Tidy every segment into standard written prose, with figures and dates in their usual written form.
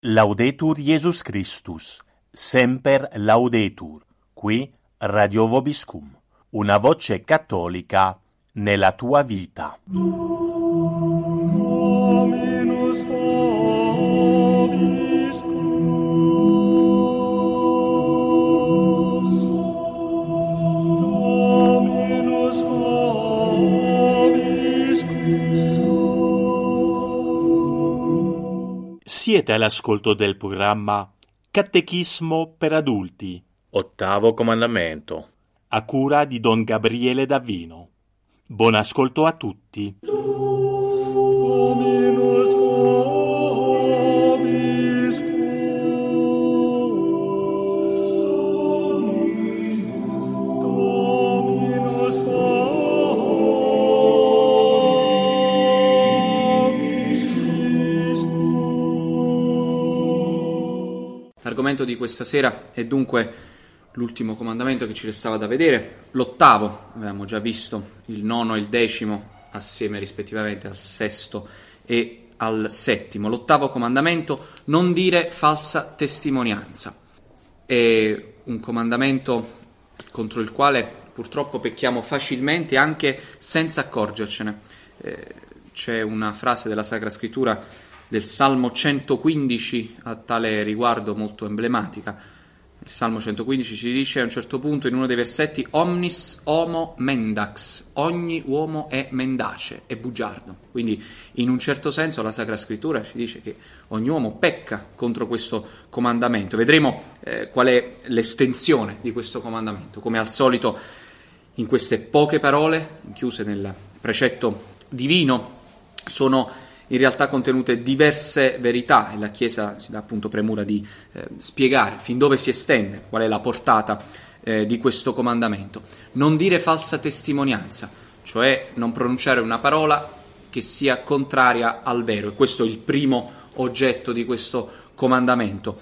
Laudetur Jesus Christus, semper laudetur, qui Radio Vobiscum, una voce cattolica nella tua vita. Dominus vobiscus, Dominus vobiscus. Siete all'ascolto del programma Catechismo per adulti, Ottavo comandamento. a cura di Don Gabriele Davino. Buon ascolto a tutti. Dominus vobiscus, Dominus vobiscus. L'argomento di questa sera è dunque l'ultimo comandamento che ci restava da vedere, l'ottavo. Avevamo già visto il nono e il decimo assieme rispettivamente al sesto e al settimo. L'ottavo comandamento: non dire falsa testimonianza. È un comandamento contro il quale purtroppo pecchiamo facilmente anche senza accorgercene. C'è una frase della Sacra Scrittura del Salmo 115 a tale riguardo molto emblematica. Il Salmo 115 ci dice a un certo punto in uno dei versetti: omnis homo mendax, ogni uomo è mendace, è bugiardo. Quindi in un certo senso la Sacra Scrittura ci dice che ogni uomo pecca contro questo comandamento. Vedremo qual è l'estensione di questo comandamento. Come al solito in queste poche parole, chiuse nel precetto divino, sono in realtà contenute diverse verità e la Chiesa si dà appunto premura di spiegare fin dove si estende, qual è la portata di questo comandamento. Non dire falsa testimonianza, cioè non pronunciare una parola che sia contraria al vero, e questo è il primo oggetto di questo comandamento.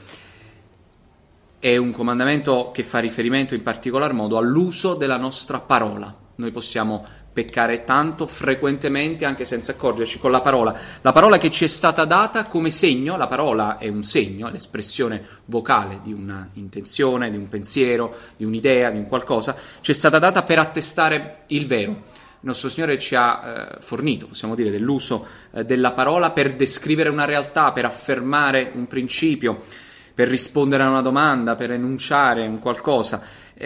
È un comandamento che fa riferimento in particolar modo all'uso della nostra parola. Noi possiamo peccare tanto frequentemente anche senza accorgerci con la parola che ci è stata data come segno. La parola è un segno, è l'espressione vocale di una intenzione, di un pensiero, di un'idea, di un qualcosa, ci è stata data per attestare il vero. Il nostro Signore ci ha fornito, possiamo dire, dell'uso della parola per descrivere una realtà, per affermare un principio, per rispondere a una domanda, per enunciare un qualcosa.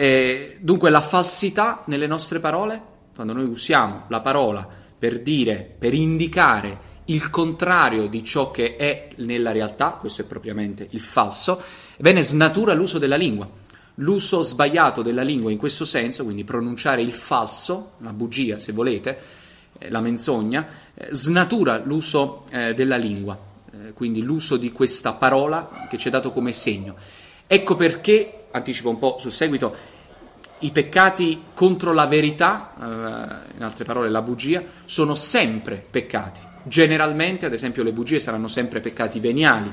Dunque la falsità nelle nostre parole, quando noi usiamo la parola per dire, per indicare il contrario di ciò che è nella realtà, questo è propriamente il falso, ebbene snatura l'uso della lingua. L'uso sbagliato della lingua in questo senso, quindi pronunciare il falso, la bugia se volete, la menzogna, snatura l'uso della lingua, quindi l'uso di questa parola che ci è dato come segno. Ecco perché, anticipo un po' sul seguito, i peccati contro la verità, in altre parole la bugia, sono sempre peccati. Generalmente, ad esempio, le bugie saranno sempre peccati veniali,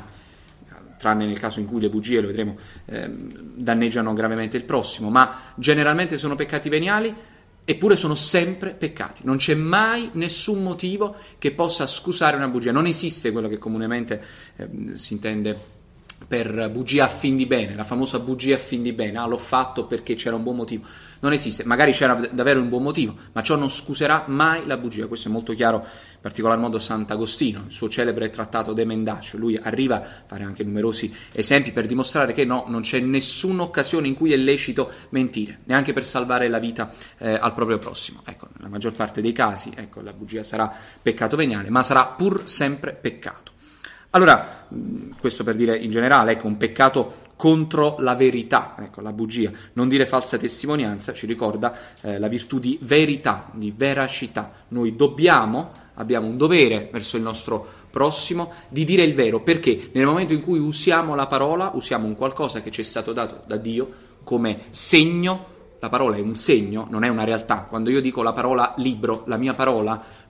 tranne nel caso in cui le bugie, lo vedremo, danneggiano gravemente il prossimo, ma generalmente sono peccati veniali, eppure sono sempre peccati. Non c'è mai nessun motivo che possa scusare una bugia. Non esiste quello che comunemente si intende per bugia a fin di bene, la famosa bugia a fin di bene. L'ho fatto perché c'era un buon motivo. Non esiste, magari c'era davvero un buon motivo, ma ciò non scuserà mai la bugia. Questo è molto chiaro, in particolar modo Sant'Agostino, il suo celebre trattato De Mendacio. Lui arriva a fare anche numerosi esempi per dimostrare che no, non c'è nessuna occasione in cui è lecito mentire, neanche per salvare la vita al proprio prossimo. Ecco, nella maggior parte dei casi, ecco, la bugia sarà peccato veniale, ma sarà pur sempre peccato. Allora, questo per dire in generale, ecco, un peccato contro la verità, ecco, la bugia. Non dire falsa testimonianza ci ricorda la virtù di verità, di veracità. Noi abbiamo un dovere verso il nostro prossimo di dire il vero, perché nel momento in cui usiamo la parola, usiamo un qualcosa che ci è stato dato da Dio come segno. La parola è un segno, non è una realtà. Quando io dico la parola libro, la mia parola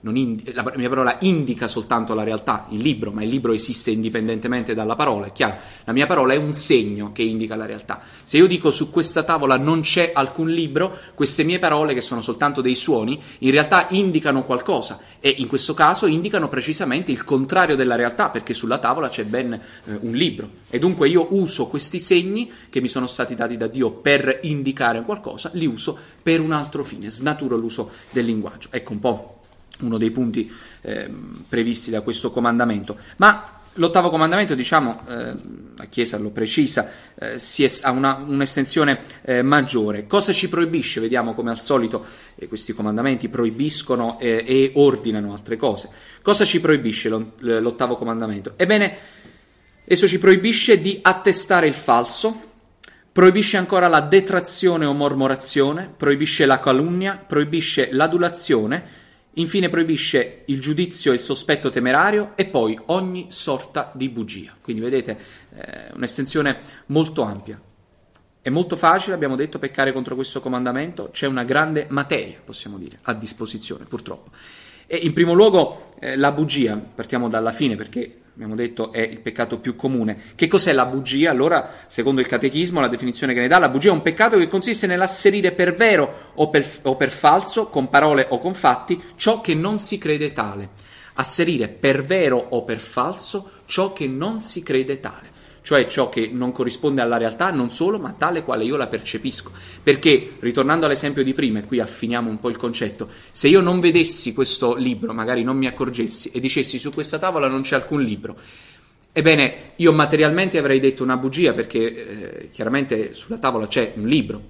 la mia parola indica soltanto la realtà, il libro, ma il libro esiste indipendentemente dalla parola, è chiaro. La mia parola è un segno che indica la realtà. Se io dico su questa tavola non c'è alcun libro, queste mie parole, che sono soltanto dei suoni, in realtà indicano qualcosa, e in questo caso indicano precisamente il contrario della realtà, perché sulla tavola c'è ben un libro. E dunque io uso questi segni che mi sono stati dati da Dio per indicare qualcosa, li uso per un altro fine, snaturo l'uso del linguaggio. Ecco un po' uno dei punti previsti da questo comandamento. Ma l'ottavo comandamento, diciamo, la Chiesa lo precisa, ha un'estensione maggiore. Cosa ci proibisce? Vediamo come al solito questi comandamenti proibiscono e ordinano altre cose. Cosa ci proibisce l'ottavo comandamento? Ebbene, esso ci proibisce di attestare il falso, proibisce ancora la detrazione o mormorazione, proibisce la calunnia, proibisce l'adulazione, infine proibisce il giudizio e il sospetto temerario e poi ogni sorta di bugia. Quindi vedete, un'estensione molto ampia. È molto facile, abbiamo detto, peccare contro questo comandamento, c'è una grande materia, possiamo dire, a disposizione, purtroppo. E in primo luogo la bugia, partiamo dalla fine perché abbiamo detto è il peccato più comune. Che cos'è la bugia? Allora, secondo il catechismo, la definizione che ne dà, la bugia è un peccato che consiste nell'asserire per vero o per falso, con parole o con fatti, ciò che non si crede tale. Asserire per vero o per falso ciò che non si crede tale. Cioè ciò che non corrisponde alla realtà, non solo, ma tale quale io la percepisco. Perché, ritornando all'esempio di prima, e qui affiniamo un po' il concetto, se io non vedessi questo libro, magari non mi accorgessi, e dicessi su questa tavola non c'è alcun libro, ebbene, io materialmente avrei detto una bugia, perché chiaramente sulla tavola c'è un libro.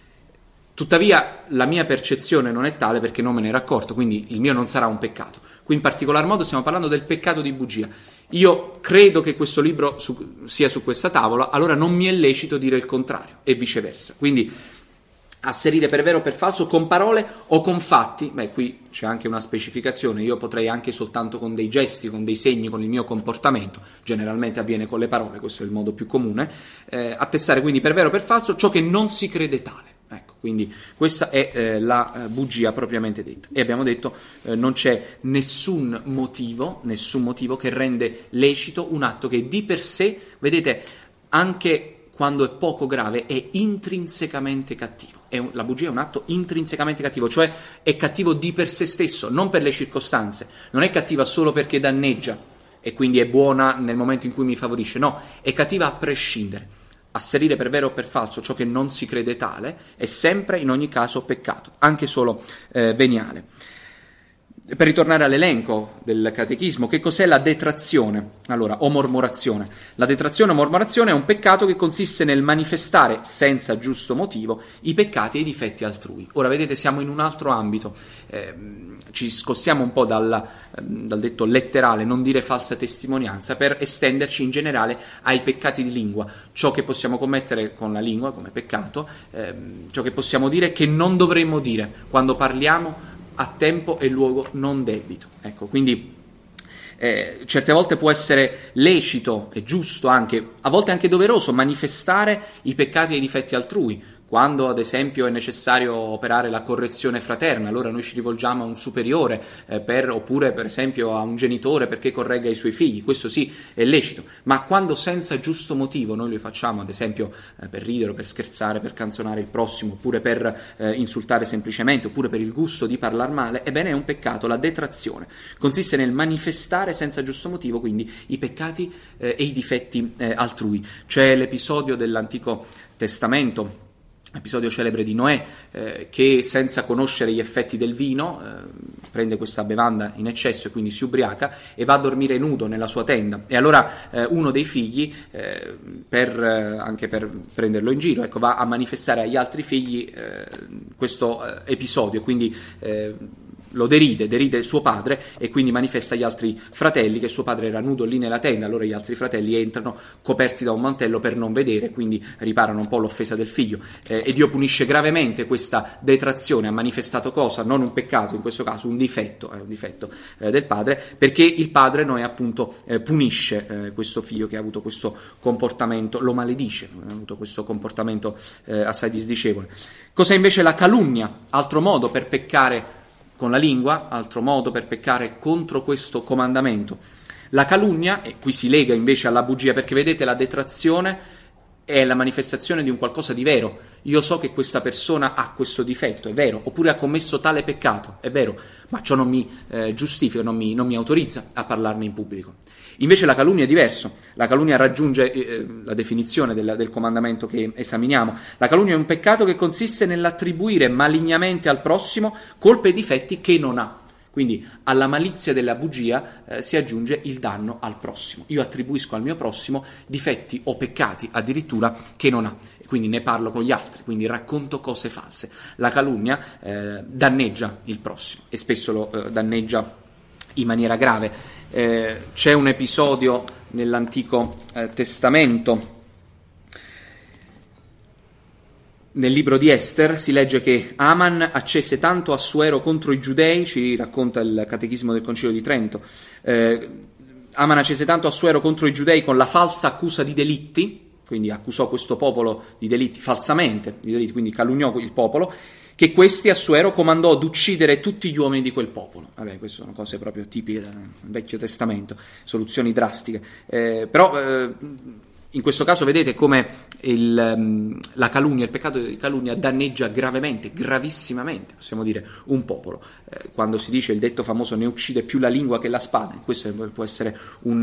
Tuttavia, la mia percezione non è tale perché non me ne ero accorto, quindi il mio non sarà un peccato. Qui in particolar modo stiamo parlando del peccato di bugia. Io credo che questo libro sia su questa tavola, allora non mi è lecito dire il contrario e viceversa. Quindi asserire per vero o per falso con parole o con fatti, qui c'è anche una specificazione, io potrei anche soltanto con dei gesti, con dei segni, con il mio comportamento, generalmente avviene con le parole, questo è il modo più comune, attestare quindi per vero o per falso ciò che non si crede tale. Ecco, quindi questa è la bugia propriamente detta. E abbiamo detto non c'è nessun motivo che rende lecito un atto che di per sé, vedete, anche quando è poco grave, è intrinsecamente cattivo. La bugia è un atto intrinsecamente cattivo, cioè è cattivo di per sé stesso, non per le circostanze. Non è cattiva solo perché danneggia e quindi è buona nel momento in cui mi favorisce. No, è cattiva a prescindere. Asserire per vero o per falso ciò che non si crede tale è sempre, in ogni caso, peccato, anche solo veniale. Per ritornare all'elenco del catechismo, che cos'è la detrazione? Allora, o mormorazione. La detrazione o mormorazione è un peccato che consiste nel manifestare, senza giusto motivo, i peccati e i difetti altrui. Ora, vedete, siamo in un altro ambito. Ci scostiamo un po' dal detto letterale, non dire falsa testimonianza, per estenderci in generale ai peccati di lingua. Ciò che possiamo commettere con la lingua come peccato, ciò che possiamo dire che non dovremmo dire quando parliamo a tempo e luogo non debito. Ecco, quindi certe volte può essere lecito e giusto anche, a volte anche doveroso, manifestare i peccati e i difetti altrui. Quando ad esempio è necessario operare la correzione fraterna, allora noi ci rivolgiamo a un superiore oppure per esempio a un genitore perché corregga i suoi figli, questo sì è lecito, ma quando senza giusto motivo noi lo facciamo ad esempio per ridere, per scherzare, per canzonare il prossimo, oppure per insultare semplicemente, oppure per il gusto di parlare male, ebbene è un peccato. La detrazione consiste nel manifestare senza giusto motivo quindi i peccati e i difetti altrui. C'è l'episodio dell'Antico Testamento, episodio celebre di Noè, che senza conoscere gli effetti del vino prende questa bevanda in eccesso e quindi si ubriaca e va a dormire nudo nella sua tenda. E allora uno dei figli, anche per prenderlo in giro, va a manifestare agli altri figli questo episodio, quindi lo deride suo padre e quindi manifesta agli altri fratelli che suo padre era nudo lì nella tenda. Allora gli altri fratelli entrano coperti da un mantello per non vedere, quindi riparano un po' l'offesa del figlio, e Dio punisce gravemente questa detrazione. Ha manifestato cosa? Non un peccato, in questo caso un difetto, del padre, perché il padre Noè appunto punisce questo figlio che ha avuto questo comportamento, lo maledice, ha avuto questo comportamento assai disdicevole. Cos'è invece la calunnia? Altro modo per peccare con la lingua, altro modo per peccare contro questo comandamento. La calunnia, e qui si lega invece alla bugia, perché vedete la detrazione è la manifestazione di un qualcosa di vero. Io so che questa persona ha questo difetto, è vero, oppure ha commesso tale peccato, è vero, ma ciò non mi giustifica, non mi autorizza a parlarne in pubblico. Invece la calunnia è diverso. La calunnia raggiunge la definizione del comandamento che esaminiamo. La calunnia è un peccato che consiste nell'attribuire malignamente al prossimo colpe e difetti che non ha. Quindi alla malizia della bugia si aggiunge il danno al prossimo. Io attribuisco al mio prossimo difetti o peccati addirittura che non ha. E quindi ne parlo con gli altri, quindi racconto cose false. La calunnia danneggia il prossimo e spesso lo danneggia in maniera grave. C'è un episodio nell'Antico Testamento. Nel libro di Ester si legge che Aman accese tanto assuero contro i giudei, ci racconta il Catechismo del Concilio di Trento. Aman accese tanto assuero contro i giudei con la falsa accusa di delitti, quindi accusò questo popolo di delitti falsamente, di delitti, quindi calunniò il popolo, che questi Assuero comandò ad uccidere tutti gli uomini di quel popolo. Vabbè, queste sono cose proprio tipiche del Vecchio Testamento, soluzioni drastiche. Però in questo caso vedete come la calunnia, il peccato di calunnia danneggia gravemente, gravissimamente, possiamo dire, un popolo. Quando si dice il detto famoso ne uccide più la lingua che la spada, questo può essere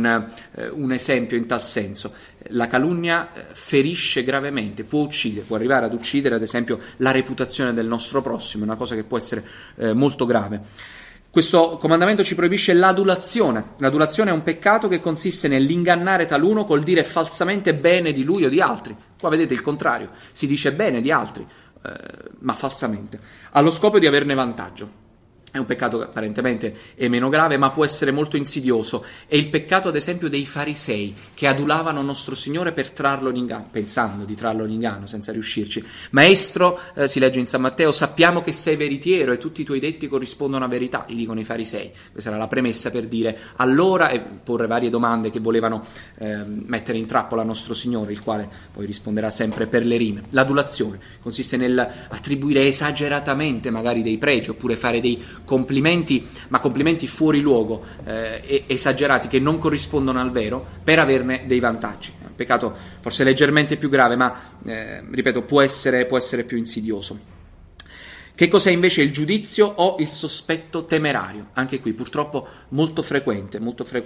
un esempio in tal senso. La calunnia ferisce gravemente, può uccidere, può arrivare ad uccidere ad esempio la reputazione del nostro prossimo, una cosa che può essere molto grave. Questo comandamento ci proibisce l'adulazione. L'adulazione è un peccato che consiste nell'ingannare taluno col dire falsamente bene di lui o di altri. Qua vedete il contrario, si dice bene di altri, ma falsamente, allo scopo di averne vantaggio. È un peccato che apparentemente è meno grave, ma può essere molto insidioso. È il peccato, ad esempio, dei farisei, che adulavano nostro Signore per trarlo in inganno, pensando di trarlo in inganno, senza riuscirci. Maestro, si legge in San Matteo, sappiamo che sei veritiero e tutti i tuoi detti corrispondono a verità, gli dicono i farisei. Questa era la premessa per dire allora, e porre varie domande che volevano mettere in trappola nostro Signore, il quale poi risponderà sempre per le rime. L'adulazione consiste nell'attribuire esageratamente magari dei pregi, oppure fare dei complimenti, ma complimenti fuori luogo, esagerati, che non corrispondono al vero, per averne dei vantaggi. È un peccato forse leggermente più grave, ma ripeto, può essere più insidioso. Che cos'è invece il giudizio o il sospetto temerario? Anche qui purtroppo molto frequente,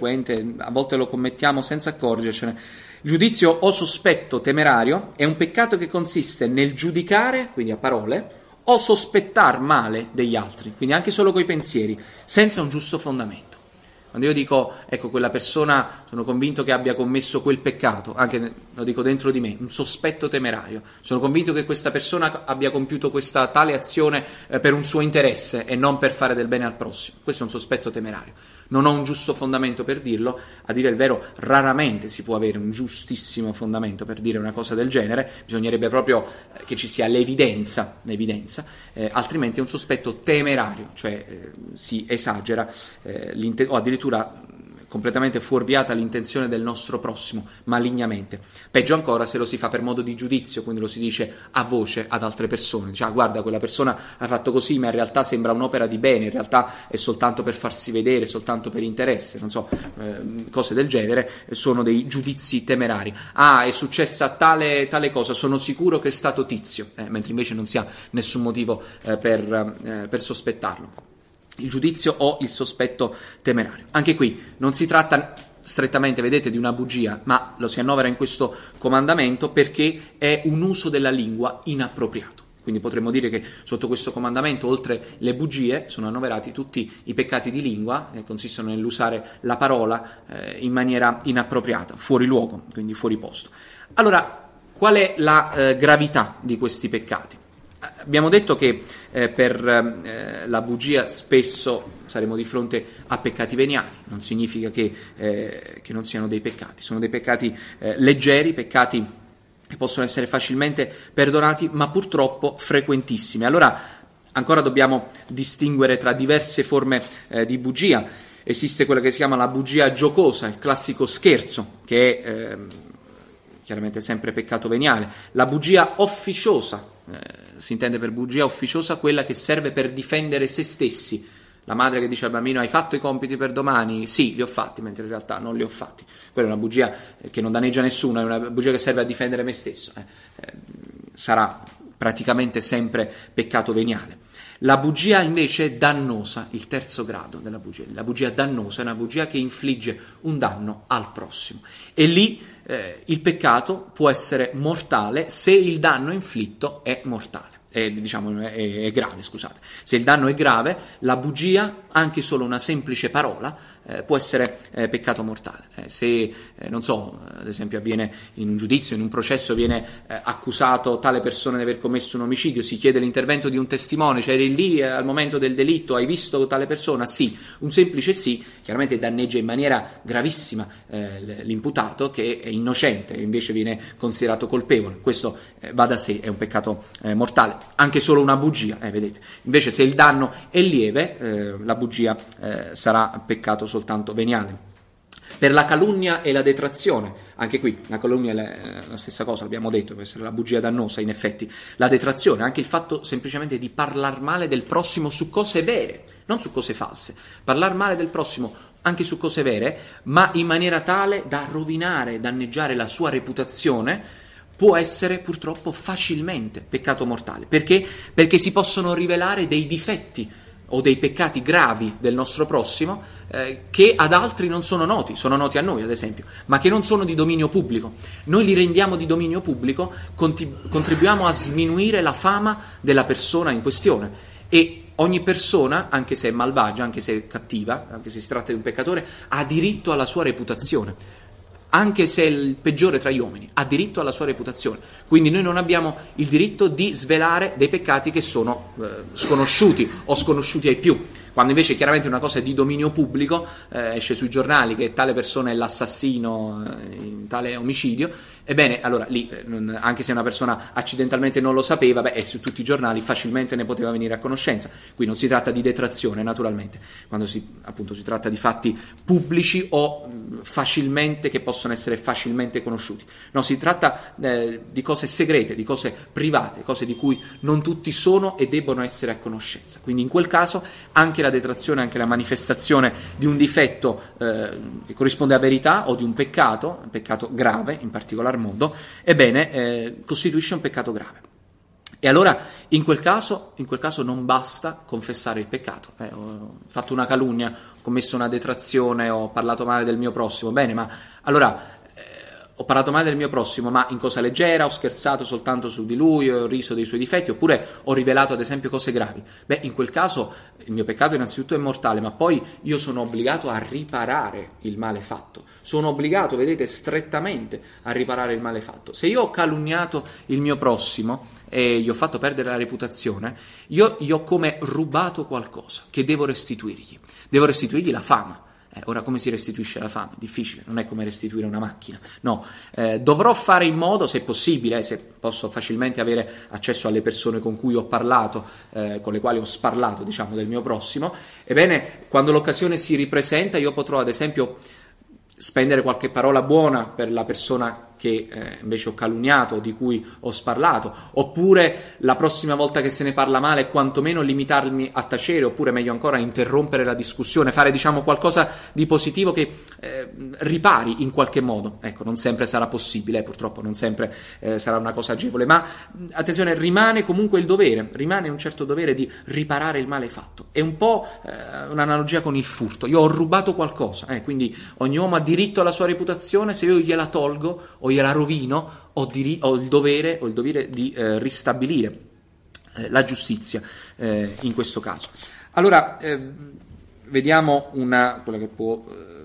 a volte lo commettiamo senza accorgercene. Giudizio o sospetto temerario è un peccato che consiste nel giudicare, quindi a parole, o sospettar male degli altri, quindi anche solo coi pensieri, senza un giusto fondamento. Quando io dico, ecco, quella persona, sono convinto che abbia commesso quel peccato, anche lo dico dentro di me, un sospetto temerario, sono convinto che questa persona abbia compiuto questa tale azione per un suo interesse e non per fare del bene al prossimo. Questo è un sospetto temerario. Non ho un giusto fondamento per dirlo, a dire il vero raramente si può avere un giustissimo fondamento per dire una cosa del genere, bisognerebbe proprio che ci sia l'evidenza, altrimenti è un sospetto temerario, cioè si esagera o addirittura completamente fuorviata l'intenzione del nostro prossimo, malignamente. Peggio ancora se lo si fa per modo di giudizio, quindi lo si dice a voce ad altre persone, cioè guarda, quella persona ha fatto così, ma in realtà sembra un'opera di bene, in realtà è soltanto per farsi vedere, soltanto per interesse, non so, cose del genere, sono dei giudizi temerari. Ah, è successa tale cosa, sono sicuro che è stato Tizio, mentre invece non si ha nessun motivo per sospettarlo. Il giudizio o il sospetto temerario. Anche qui non si tratta strettamente, vedete, di una bugia, ma lo si annovera in questo comandamento perché è un uso della lingua inappropriato. Quindi potremmo dire che sotto questo comandamento, oltre le bugie, sono annoverati tutti i peccati di lingua, che consistono nell'usare la parola in maniera inappropriata, fuori luogo, quindi fuori posto. Allora, qual è la gravità di questi peccati? Abbiamo detto che per la bugia spesso saremo di fronte a peccati veniali, non significa che non siano dei peccati, sono dei peccati leggeri, peccati che possono essere facilmente perdonati, ma purtroppo frequentissimi. Allora ancora dobbiamo distinguere tra diverse forme di bugia. Esiste quella che si chiama la bugia giocosa, il classico scherzo, che è chiaramente sempre peccato veniale. La bugia officiosa, si intende per bugia ufficiosa quella che serve per difendere se stessi, La madre che dice al bambino: hai fatto i compiti per domani? Sì, li ho fatti, mentre in realtà non li ho fatti. Quella è una bugia che non danneggia nessuno, è una bugia che serve a difendere me stesso. Sarà praticamente sempre peccato veniale. La bugia invece è dannosa, il terzo grado della bugia. La bugia dannosa è una bugia che infligge un danno al prossimo. E lì il peccato può essere mortale se il danno inflitto è mortale. È grave, scusate. Se il danno è grave, la bugia, anche solo una semplice parola, può essere peccato mortale. Se, non so, ad esempio avviene in un giudizio, in un processo, viene accusato tale persona di aver commesso un omicidio, si chiede l'intervento di un testimone, cioè eri lì al momento del delitto, hai visto tale persona? Sì, un semplice sì, chiaramente danneggia in maniera gravissima l'imputato, che è innocente e invece viene considerato colpevole. Questo va da sé, è un peccato mortale, anche solo una bugia, vedete. Invece se il danno è lieve, la bugia sarà peccato soltanto veniale. Per la calunnia e la detrazione, anche qui la calunnia è la stessa cosa, l'abbiamo detto, può essere la bugia dannosa in effetti. La detrazione, anche il fatto semplicemente di parlare male del prossimo su cose vere, non su cose false, parlare male del prossimo anche su cose vere, ma in maniera tale da rovinare, danneggiare la sua reputazione, può essere purtroppo facilmente peccato mortale. Perché? Perché si possono rivelare dei difetti o dei peccati gravi del nostro prossimo che ad altri non sono noti a noi ad esempio, ma che non sono di dominio pubblico. Noi li rendiamo di dominio pubblico, contribuiamo a sminuire la fama della persona in questione, e ogni persona, anche se è malvagia, anche se è cattiva, anche se si tratta di un peccatore, ha diritto alla sua reputazione. Anche se è il peggiore tra gli uomini, ha diritto alla sua reputazione. Quindi noi non abbiamo il diritto di svelare dei peccati che sono sconosciuti o sconosciuti ai più. Quando invece chiaramente una cosa è di dominio pubblico, esce sui giornali che tale persona è l'assassino in tale omicidio, ebbene allora lì, anche se una persona accidentalmente non lo sapeva, è su tutti i giornali, facilmente ne poteva venire a conoscenza. Qui non si tratta di detrazione, naturalmente, quando si tratta di fatti pubblici o facilmente, che possono essere facilmente conosciuti. No, si tratta di cose segrete, di cose private, cose di cui non tutti sono e debbono essere a conoscenza. Quindi in quel caso anche la detrazione, anche la manifestazione di un difetto che corrisponde a verità o di un peccato grave in particolar modo, ebbene costituisce un peccato grave. E allora in quel caso non basta confessare il peccato. Ho fatto una calunnia, ho commesso una detrazione, ho parlato male del mio prossimo, bene, ma allora ho parlato male del mio prossimo, ma in cosa leggera, ho scherzato soltanto su di lui, ho riso dei suoi difetti, oppure ho rivelato ad esempio cose gravi. In quel caso il mio peccato innanzitutto è mortale, ma poi io sono obbligato a riparare il male fatto. Sono obbligato, vedete, strettamente a riparare il male fatto. Se io ho calunniato il mio prossimo e gli ho fatto perdere la reputazione, io gli ho come rubato qualcosa che devo restituirgli. Devo restituirgli la fama. Ora, come si restituisce la fama? Difficile, non è come restituire una macchina. No, dovrò fare in modo, se possibile, se posso facilmente avere accesso alle persone con cui ho parlato, con le quali ho sparlato, diciamo, del mio prossimo, ebbene, quando l'occasione si ripresenta, io potrò, ad esempio, spendere qualche parola buona per la persona che invece ho calunniato o di cui ho sparlato, oppure la prossima volta che se ne parla male quantomeno limitarmi a tacere, oppure meglio ancora interrompere la discussione, fare diciamo qualcosa di positivo che ripari in qualche modo. Ecco, non sempre sarà possibile, purtroppo non sempre sarà una cosa agevole, ma attenzione, rimane comunque il dovere, rimane un certo dovere di riparare il male fatto. È un po' un'analogia con il furto. Io ho rubato qualcosa, quindi ogni uomo ha diritto alla sua reputazione. Se io gliela tolgo o gliela rovino, ho il dovere di ristabilire la giustizia in questo caso. Allora vediamo quella che può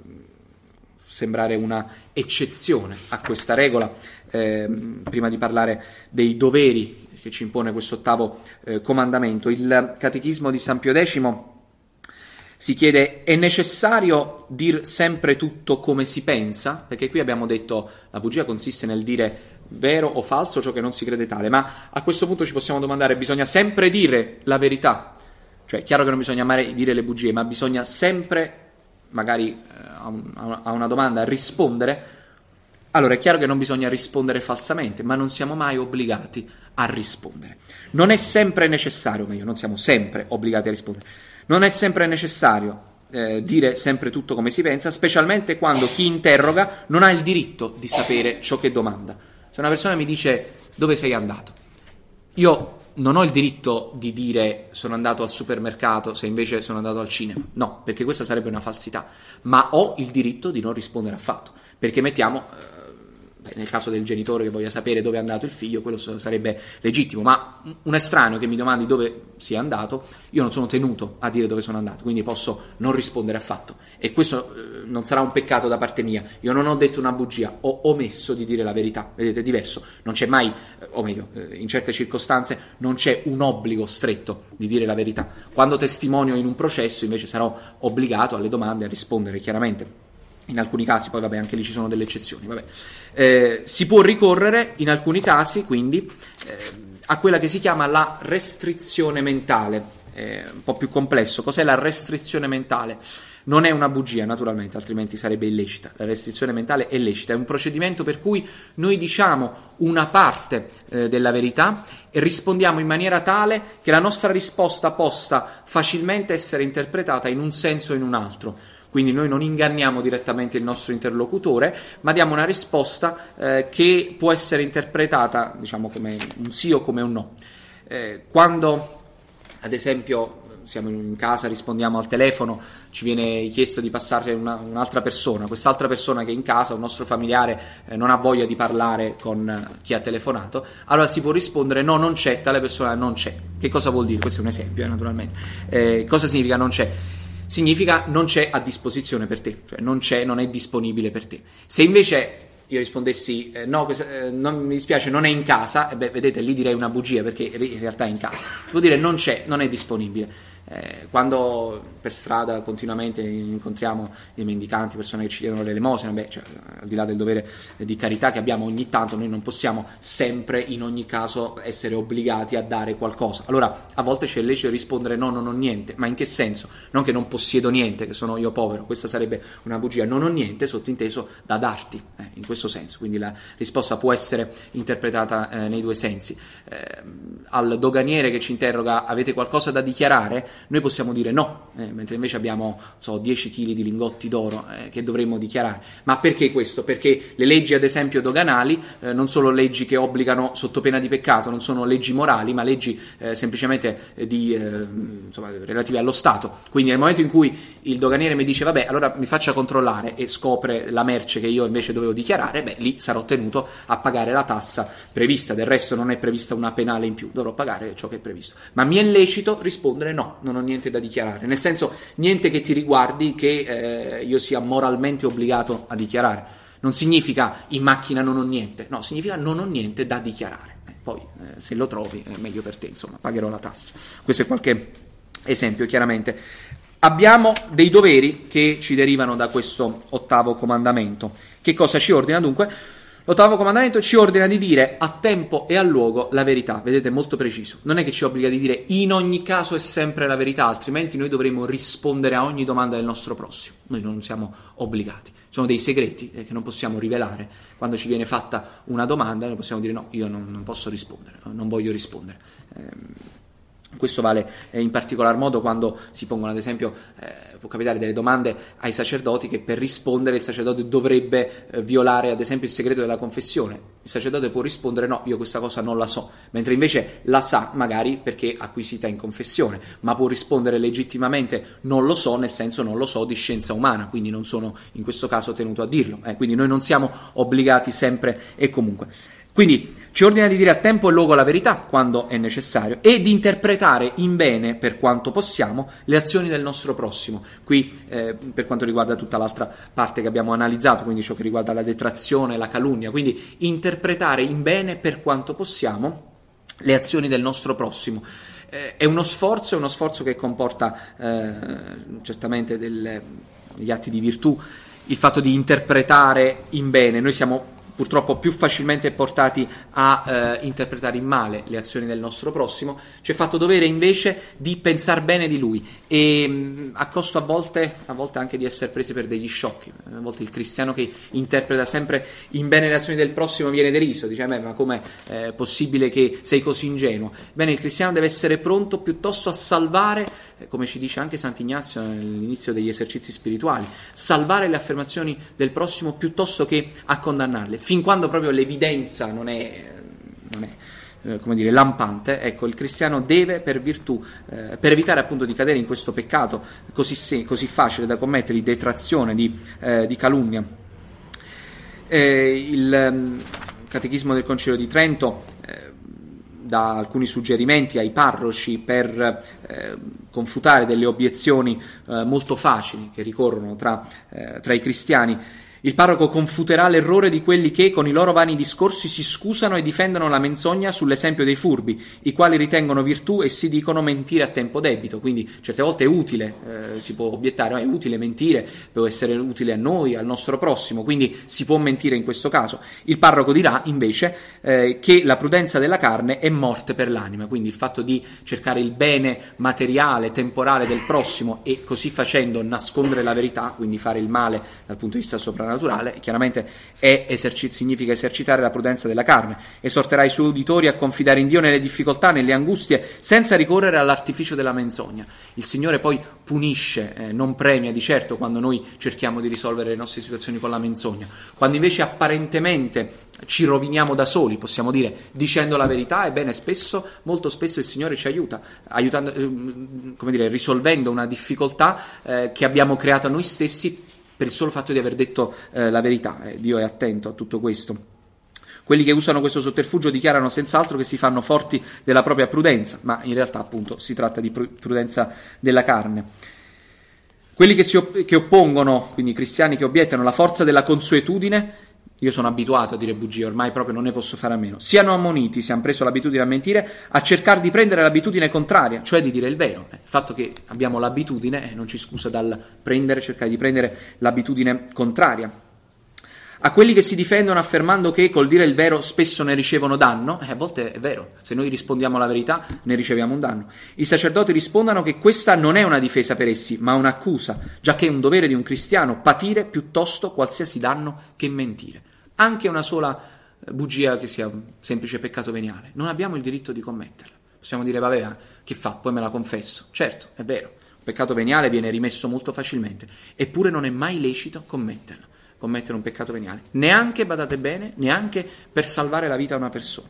sembrare una eccezione a questa regola, prima di parlare dei doveri che ci impone questo ottavo comandamento. Il Catechismo di San Pio X si chiede: è necessario dir sempre tutto come si pensa? Perché qui abbiamo detto la bugia consiste nel dire vero o falso ciò che non si crede tale, ma a questo punto ci possiamo domandare: bisogna sempre dire la verità? Cioè, è chiaro che non bisogna mai dire le bugie, ma bisogna sempre, magari a una domanda, rispondere. Allora è chiaro che non bisogna rispondere falsamente, ma non siamo mai obbligati a rispondere. Non è sempre necessario, meglio, non siamo sempre obbligati a rispondere. Non è sempre necessario dire sempre tutto come si pensa, specialmente quando chi interroga non ha il diritto di sapere ciò che domanda. Se una persona mi dice dove sei andato, io non ho il diritto di dire sono andato al supermercato se invece sono andato al cinema. No, perché questa sarebbe una falsità. Ma ho il diritto di non rispondere affatto. Perché mettiamo, nel caso del genitore che voglia sapere dove è andato il figlio, quello sarebbe legittimo. Ma un estraneo che mi domandi dove sia andato, io non sono tenuto a dire dove sono andato. Quindi posso non rispondere affatto. E questo non sarà un peccato da parte mia. Io non ho detto una bugia, ho omesso di dire la verità. Vedete, è diverso. Non c'è mai, o meglio, in certe circostanze non c'è un obbligo stretto di dire la verità. Quando testimonio in un processo invece sarò obbligato alle domande a rispondere chiaramente. In alcuni casi, poi vabbè, anche lì ci sono delle eccezioni. Si può ricorrere in alcuni casi quindi a quella che si chiama la restrizione mentale. Un po' più complesso. Cos'è la restrizione mentale? Non è una bugia, naturalmente, altrimenti sarebbe illecita. La restrizione mentale è lecita, è un procedimento per cui noi diciamo una parte della verità e rispondiamo in maniera tale che la nostra risposta possa facilmente essere interpretata in un senso o in un altro. Quindi noi non inganniamo direttamente il nostro interlocutore, ma diamo una risposta che può essere interpretata, diciamo, come un sì o come un no. Quando, ad esempio, siamo in casa, rispondiamo al telefono, ci viene chiesto di passare un'altra persona, quest'altra persona che è in casa, un nostro familiare, non ha voglia di parlare con chi ha telefonato, allora si può rispondere no, non c'è, tale persona non c'è. Che cosa vuol dire? Questo è un esempio, naturalmente. Cosa significa non c'è? Significa non c'è a disposizione per te, cioè non c'è, non è disponibile per te. Se invece io rispondessi no, non mi dispiace, non è in casa, vedete, lì direi una bugia perché in realtà è in casa. Vuol dire non c'è, non è disponibile. Quando per strada continuamente incontriamo dei mendicanti, persone che ci chiedono l'elemosina, cioè, al di là del dovere di carità che abbiamo ogni tanto, noi non possiamo sempre in ogni caso essere obbligati a dare qualcosa. Allora a volte c'è lecito rispondere no, non ho niente. Ma in che senso? Non che non possiedo niente, che sono io povero, questa sarebbe una bugia. Non ho niente, sottinteso da darti, in questo senso. Quindi la risposta può essere interpretata nei due sensi. Al doganiere che ci interroga avete qualcosa da dichiarare? Noi possiamo dire no, mentre invece abbiamo 10 kg di lingotti d'oro che dovremmo dichiarare. Ma perché questo? Perché le leggi, ad esempio, doganali non sono leggi che obbligano sotto pena di peccato, non sono leggi morali, ma leggi semplicemente relative allo Stato. Quindi nel momento in cui il doganiere mi dice vabbè, allora mi faccia controllare e scopre la merce che io invece dovevo dichiarare, lì sarò tenuto a pagare la tassa prevista. Del resto non è prevista una penale in più, dovrò pagare ciò che è previsto. Ma mi è lecito rispondere no, non ho niente da dichiarare, nel senso niente che ti riguardi che io sia moralmente obbligato a dichiarare. Non significa in macchina non ho niente, no, significa non ho niente da dichiarare. Poi se lo trovi è meglio per te, insomma, pagherò la tassa. Questo è qualche esempio, chiaramente. Abbiamo dei doveri che ci derivano da questo 8° comandamento. Che cosa ci ordina dunque? L'8° comandamento ci ordina di dire a tempo e a luogo la verità. Vedete, è molto preciso. Non è che ci obbliga di dire in ogni caso è sempre la verità, altrimenti noi dovremo rispondere a ogni domanda del nostro prossimo. Noi non siamo obbligati. Sono dei segreti che non possiamo rivelare. Quando ci viene fatta una domanda noi possiamo dire no, io non posso rispondere, non voglio rispondere. Questo vale in particolar modo quando si pongono, ad esempio, può capitare delle domande ai sacerdoti che per rispondere il sacerdote dovrebbe violare, ad esempio, il segreto della confessione. Il sacerdote può rispondere no, io questa cosa non la so, mentre invece la sa magari perché acquisita in confessione, ma può rispondere legittimamente non lo so, nel senso non lo so di scienza umana, quindi non sono in questo caso tenuto a dirlo. Quindi noi non siamo obbligati sempre e comunque. Quindi ci ordina di dire a tempo e luogo la verità quando è necessario e di interpretare in bene, per quanto possiamo, le azioni del nostro prossimo. Qui per quanto riguarda tutta l'altra parte che abbiamo analizzato, quindi ciò che riguarda la detrazione, la calunnia, quindi interpretare in bene, per quanto possiamo, le azioni del nostro prossimo. È uno sforzo che comporta certamente degli atti di virtù, il fatto di interpretare in bene. Noi siamo purtroppo più facilmente portati a interpretare in male le azioni del nostro prossimo. Ci è fatto dovere invece di pensar bene di lui e a costo a volte anche di essere presi per degli sciocchi. A volte il cristiano che interpreta sempre in bene le azioni del prossimo viene deriso, dice ma com'è possibile che sei così ingenuo? Bene, il cristiano deve essere pronto piuttosto a salvare come ci dice anche Sant'Ignazio all'inizio degli esercizi spirituali, salvare le affermazioni del prossimo piuttosto che a condannarle, fin quando proprio l'evidenza non è come dire, lampante. Ecco, il cristiano deve, per virtù, per evitare appunto di cadere in questo peccato così facile da commettere, di detrazione, di calunnia. Il Catechismo del Concilio di Trento dà alcuni suggerimenti ai parroci per confutare delle obiezioni molto facili che ricorrono tra i cristiani. Il parroco confuterà l'errore di quelli che, con i loro vani discorsi, si scusano e difendono la menzogna sull'esempio dei furbi, i quali ritengono virtù e si dicono mentire a tempo debito. Quindi certe volte è utile, si può obiettare, è utile mentire, può essere utile a noi, al nostro prossimo, quindi si può mentire in questo caso. Il parroco dirà invece che la prudenza della carne è morte per l'anima, quindi il fatto di cercare il bene materiale, temporale del prossimo e così facendo nascondere la verità, quindi fare il male dal punto di vista soprannaturale, chiaramente significa esercitare la prudenza della carne. Esorterà i suoi uditori a confidare in Dio nelle difficoltà, nelle angustie, senza ricorrere all'artificio della menzogna. Il Signore poi punisce, non premia di certo quando noi cerchiamo di risolvere le nostre situazioni con la menzogna. Quando invece apparentemente ci roviniamo da soli, possiamo dire, dicendo la verità, ebbene molto spesso il Signore ci aiuta, risolvendo una difficoltà che abbiamo creato noi stessi per il solo fatto di aver detto la verità. Dio è attento a tutto questo. Quelli che usano questo sotterfugio dichiarano senz'altro che si fanno forti della propria prudenza, ma in realtà appunto si tratta di prudenza della carne. Quelli che oppongono, quindi i cristiani che obiettano la forza della consuetudine, io sono abituato a dire bugie, ormai proprio non ne posso fare a meno, siano ammoniti, se hanno preso l'abitudine a mentire, a cercare di prendere l'abitudine contraria, cioè di dire il vero. Il fatto che abbiamo l'abitudine non ci scusa dal cercare di prendere l'abitudine contraria. A quelli che si difendono affermando che col dire il vero spesso ne ricevono danno, a volte è vero, se noi rispondiamo la verità ne riceviamo un danno. I sacerdoti rispondono che questa non è una difesa per essi, ma un'accusa, giacché è un dovere di un cristiano patire piuttosto qualsiasi danno che mentire. Anche una sola bugia che sia un semplice peccato veniale, non abbiamo il diritto di commetterla. Possiamo dire, vabbè, che fa? Poi me la confesso. Certo, è vero, un peccato veniale viene rimesso molto facilmente, eppure non è mai lecito commettere un peccato veniale, neanche, badate bene, neanche per salvare la vita a una persona.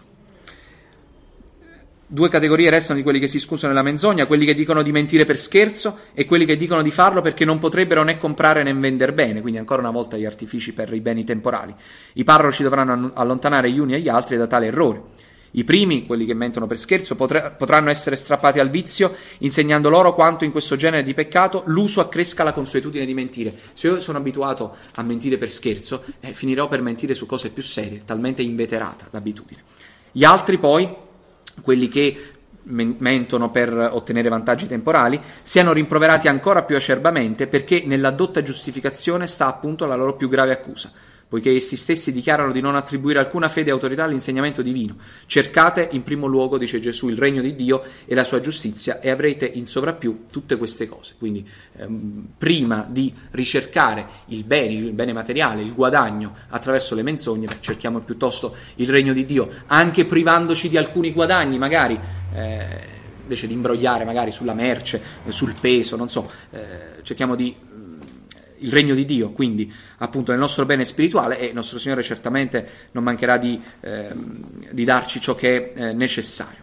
Due categorie restano di quelli che si scusano nella menzogna, quelli che dicono di mentire per scherzo e quelli che dicono di farlo perché non potrebbero né comprare né vender bene, quindi ancora una volta gli artifici per i beni temporali. I parroci dovranno allontanare gli uni e gli altri da tale errore. I primi, quelli che mentono per scherzo, potranno essere strappati al vizio, insegnando loro quanto in questo genere di peccato l'uso accresca la consuetudine di mentire. Se io sono abituato a mentire per scherzo, finirò per mentire su cose più serie, talmente inveterata l'abitudine. Gli altri poi, quelli che mentono per ottenere vantaggi temporali, siano rimproverati ancora più acerbamente, perché nella dotta giustificazione sta appunto la loro più grave accusa, poiché essi stessi dichiarano di non attribuire alcuna fede e autorità all'insegnamento divino. Cercate in primo luogo, dice Gesù, il regno di Dio e la sua giustizia e avrete in sovrappiù tutte queste cose. Quindi prima di ricercare il bene materiale, il guadagno attraverso le menzogne, cerchiamo piuttosto il regno di Dio, anche privandoci di alcuni guadagni, magari invece di imbrogliare magari sulla merce, sul peso, non so, cerchiamo di il regno di Dio, quindi appunto nel nostro bene spirituale, e il nostro Signore certamente non mancherà di darci ciò che è necessario.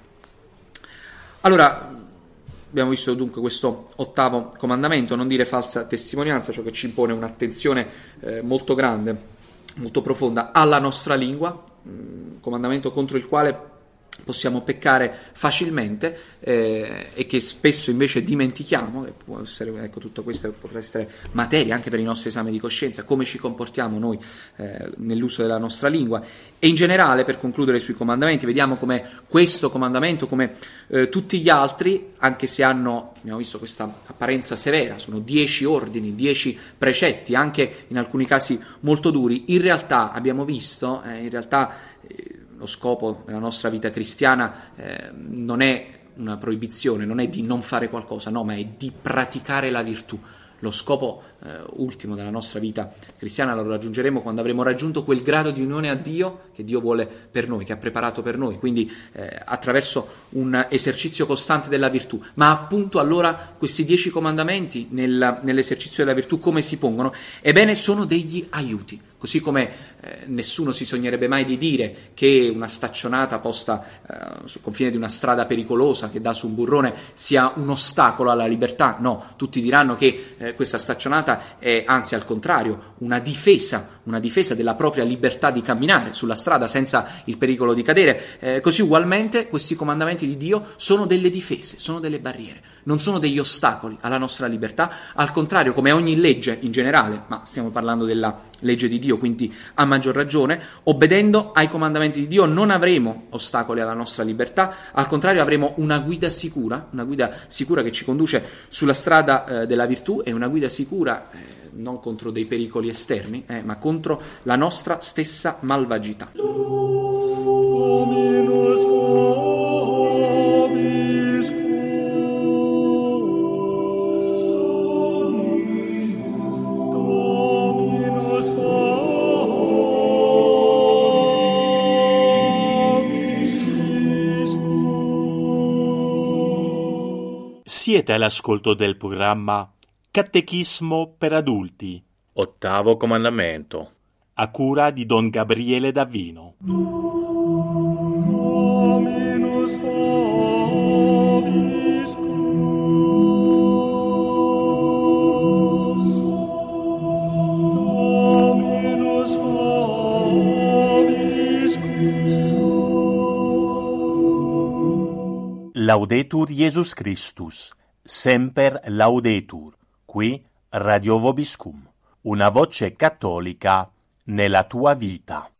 Allora, abbiamo visto dunque questo 8° comandamento, non dire falsa testimonianza, ciò che ci impone un'attenzione molto grande, molto profonda alla nostra lingua, comandamento contro il quale possiamo peccare facilmente e che spesso invece dimentichiamo, che può essere, ecco, tutto questo potrà essere materia anche per i nostri esami di coscienza, come ci comportiamo noi nell'uso della nostra lingua. E in generale, per concludere sui comandamenti, vediamo come questo comandamento, come tutti gli altri, anche se hanno, abbiamo visto, questa apparenza severa, sono 10 ordini, 10 precetti, anche in alcuni casi molto duri, in realtà abbiamo visto, lo scopo della nostra vita cristiana non è una proibizione, non è di non fare qualcosa, no, ma è di praticare la virtù. lo scopo ultimo della nostra vita cristiana lo raggiungeremo quando avremo raggiunto quel grado di unione a Dio che Dio vuole per noi, che ha preparato per noi, quindi attraverso un esercizio costante della virtù. Ma appunto allora questi 10 comandamenti nell'esercizio della virtù come si pongono? Ebbene, sono degli aiuti. Così come nessuno si sognerebbe mai di dire che una staccionata posta sul confine di una strada pericolosa che dà su un burrone sia un ostacolo alla libertà. No, tutti diranno che questa staccionata è anzi al contrario una difesa della propria libertà di camminare sulla strada senza il pericolo di cadere. Così ugualmente questi comandamenti di Dio sono delle difese, sono delle barriere, non sono degli ostacoli alla nostra libertà, al contrario, come ogni legge in generale, ma stiamo parlando della legge di Dio, quindi a maggior ragione, obbedendo ai comandamenti di Dio non avremo ostacoli alla nostra libertà, al contrario avremo una guida sicura che ci conduce sulla strada della virtù, e una guida sicura non contro dei pericoli esterni, ma contro la nostra stessa malvagità. Dominus vobiscum. Dominus vobiscum. Siete all'ascolto del programma Catechismo per adulti, Ottavo comandamento. a cura di Don Gabriele Davvino. Dominus vobiscum. Dominus vobiscum. Laudetur Jesus Christus, semper laudetur, qui Radio Vobiscum, una voce cattolica nella tua vita.